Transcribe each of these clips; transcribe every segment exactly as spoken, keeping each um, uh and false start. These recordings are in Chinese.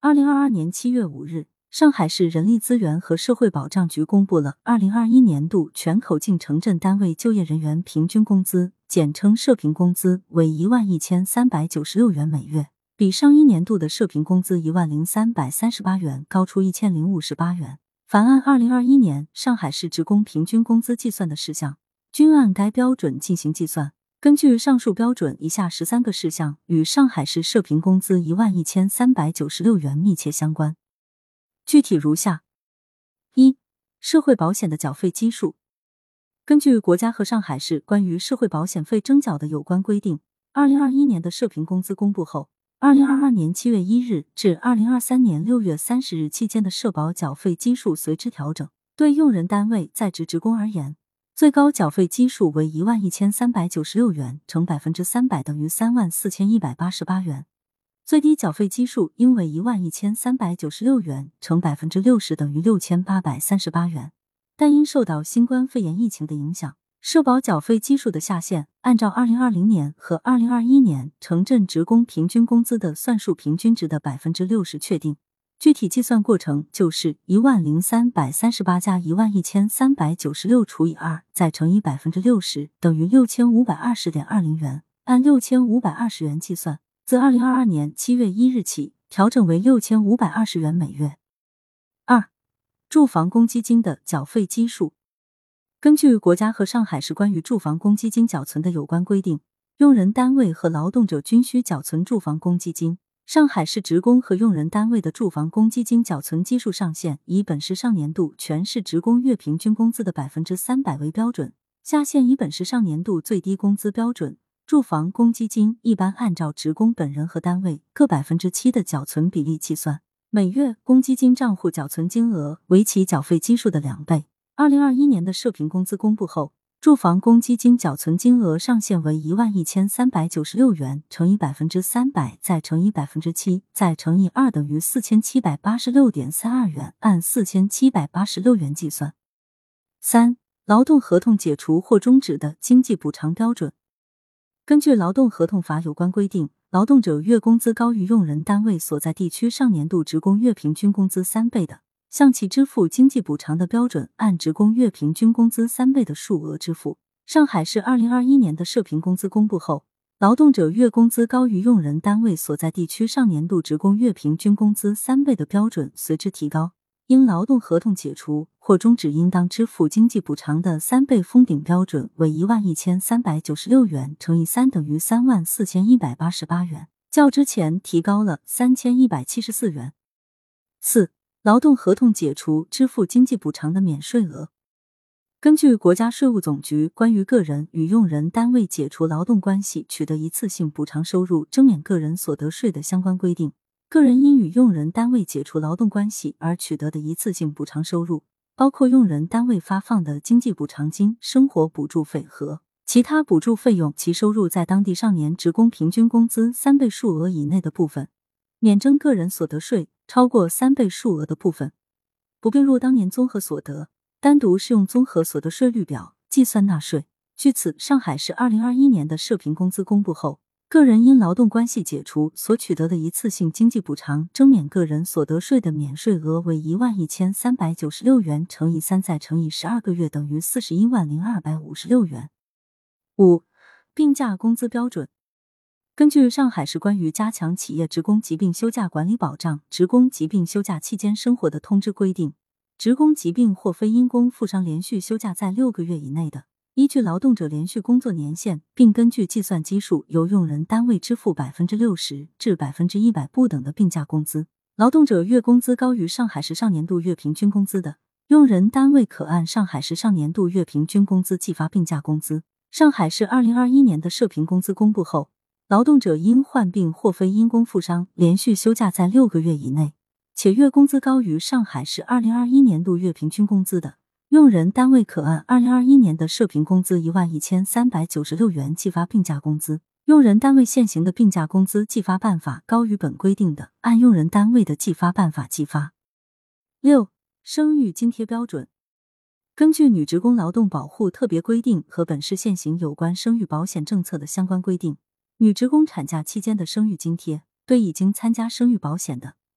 二零二二年七月五日，上海市人力资源和社会保障局公布了二零二一年度全口径城镇单位就业人员平均工资，简称社平工资为一万一千三百九十六元每月，比上一年度的社平工资一万零三百三十八元高出一千零五十八元。凡按二零二一年上海市职工平均工资计算的事项，均按该标准进行计算。根据上述标准，以下十三个事项与上海市社平工资一万一千三百九十六元密切相关。具体如下：一、社会保险的缴费基数。根据国家和上海市关于社会保险费征缴的有关规定，二零二一年的社平工资公布后，二零二二年七月一日至二零二三年六月三十日期间的社保缴费基数随之调整。对用人单位在职职工而言，最高缴费基数为一万一千三百九十六元，乘 百分之三百 等于三万四千一百八十八元。最低缴费基数应为一万一千三百九十六元，乘 百分之六十 等于六千八百三十八元。但因受到新冠肺炎疫情的影响，社保缴费基数的下限按照二零二零年和二零二一年城镇职工平均工资的算术平均值的 百分之六十 确定。具体计算过程就是一万零三百三十八加一万一千三百九十六除以二，再乘以 百分之六十， 等于六千五百二十点二零元。按六千五百二十元计算，自二零二二年七月一日起调整为六千五百二十元每月。二、住房公积金的缴费基数。根据国家和上海市关于住房公积金缴存的有关规定，用人单位和劳动者均需缴存住房公积金。上海市职工和用人单位的住房公积金缴存基数上限以本市上年度全市职工月平均工资的 百分之三百 为标准，下限以本市上年度最低工资标准。住房公积金一般按照职工本人和单位各 百分之七 的缴存比例计算，每月公积金账户缴存金额为其缴费基数的两倍。二零二一年的社平工资公布后，住房公积金缴存金额上限为一万一千三百九十六元，乘以 百分之三百 再乘以 百分之七 再乘以二，等于 四千七百八十六点三二元，按四千七百八十六元计算。三、劳动合同解除或终止的经济补偿标准。根据劳动合同法有关规定，劳动者月工资高于用人单位所在地区上年度职工月平均工资三倍的，向其支付经济补偿的标准按职工月平均工资三倍的数额支付。上海市二零二一年的社平工资公布后，劳动者月工资高于用人单位所在地区上年度职工月平均工资三倍的标准随之提高，因劳动合同解除或终止应当支付经济补偿的三倍封顶标准为一万一千三百九十六元乘以三，等于三万四千一百八十八元，较之前提高了三千一百七十四元。四、劳动合同解除支付经济补偿的免税额。根据国家税务总局关于个人与用人单位解除劳动关系取得一次性补偿收入征免个人所得税的相关规定，个人因与用人单位解除劳动关系而取得的一次性补偿收入，包括用人单位发放的经济补偿金、生活补助费和其他补助费用，其收入在当地上年职工平均工资三倍数额以内的部分，免征个人所得税；超过三倍数额的部分，不并入当年综合所得，单独适用综合所得税率表计算纳税。据此，上海市二零二一年的社平工资公布后，个人因劳动关系解除所取得的一次性经济补偿征免个人所得税的免税额为一万一千三百九十六元乘以三再乘以十二个月，等于四十一万零二百五十六元。五、病假工资标准。根据上海市关于加强企业职工疾病休假管理保障职工疾病休假期间生活的通知规定，职工疾病或非因公负伤连续休假在六个月以内的，依据劳动者连续工作年限，并根据计算基数由用人单位支付 百分之六十 至 百分之百 不等的病假工资。劳动者月工资高于上海市上年度月平均工资的，用人单位可按上海市上年度月平均工资计发病假工资。上海市二零二一年的社平工资公布后，劳动者因患病或非因公负伤连续休假在六个月以内，且月工资高于上海市二零二一年度月平均工资的，用人单位可按二零二一年的社平工资一万一千三百九十六元计发病假工资。用人单位现行的病假工资计发办法高于本规定的，按用人单位的计发办法计发。六、生育津贴标准。根据女职工劳动保护特别规定和本市现行有关生育保险政策的相关规定，女职工产假期间的生育津贴，对已经参加生育保险的，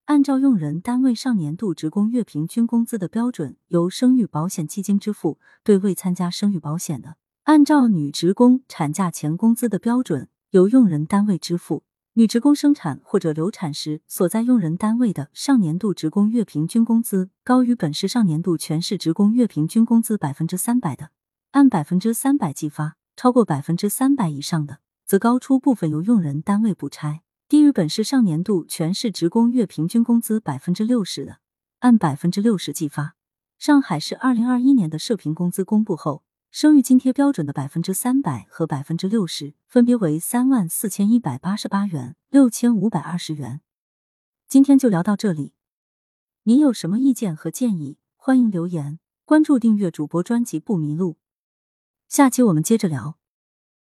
按照用人单位上年度职工月平均工资的标准，由生育保险基金支付；对未参加生育保险的，按照女职工产假前工资的标准，由用人单位支付。女职工生产或者流产时所在用人单位的上年度职工月平均工资高于本市上年度全市职工月平均工资 百分之三百 的，按百分之三百计发；超过百分之三百以上的，则高出部分由用人单位补差。低于本市上年度全市职工月平均工资 百分之六十 的，按百分之六十计发。上海市二零二一年的社平工资公布后，生育津贴标准的 百分之三百 和 百分之六十 分别为三万四千一百八十八元、六千五百二十元。今天就聊到这里，您有什么意见和建议，欢迎留言，关注订阅主播专辑不迷路。下期我们接着聊。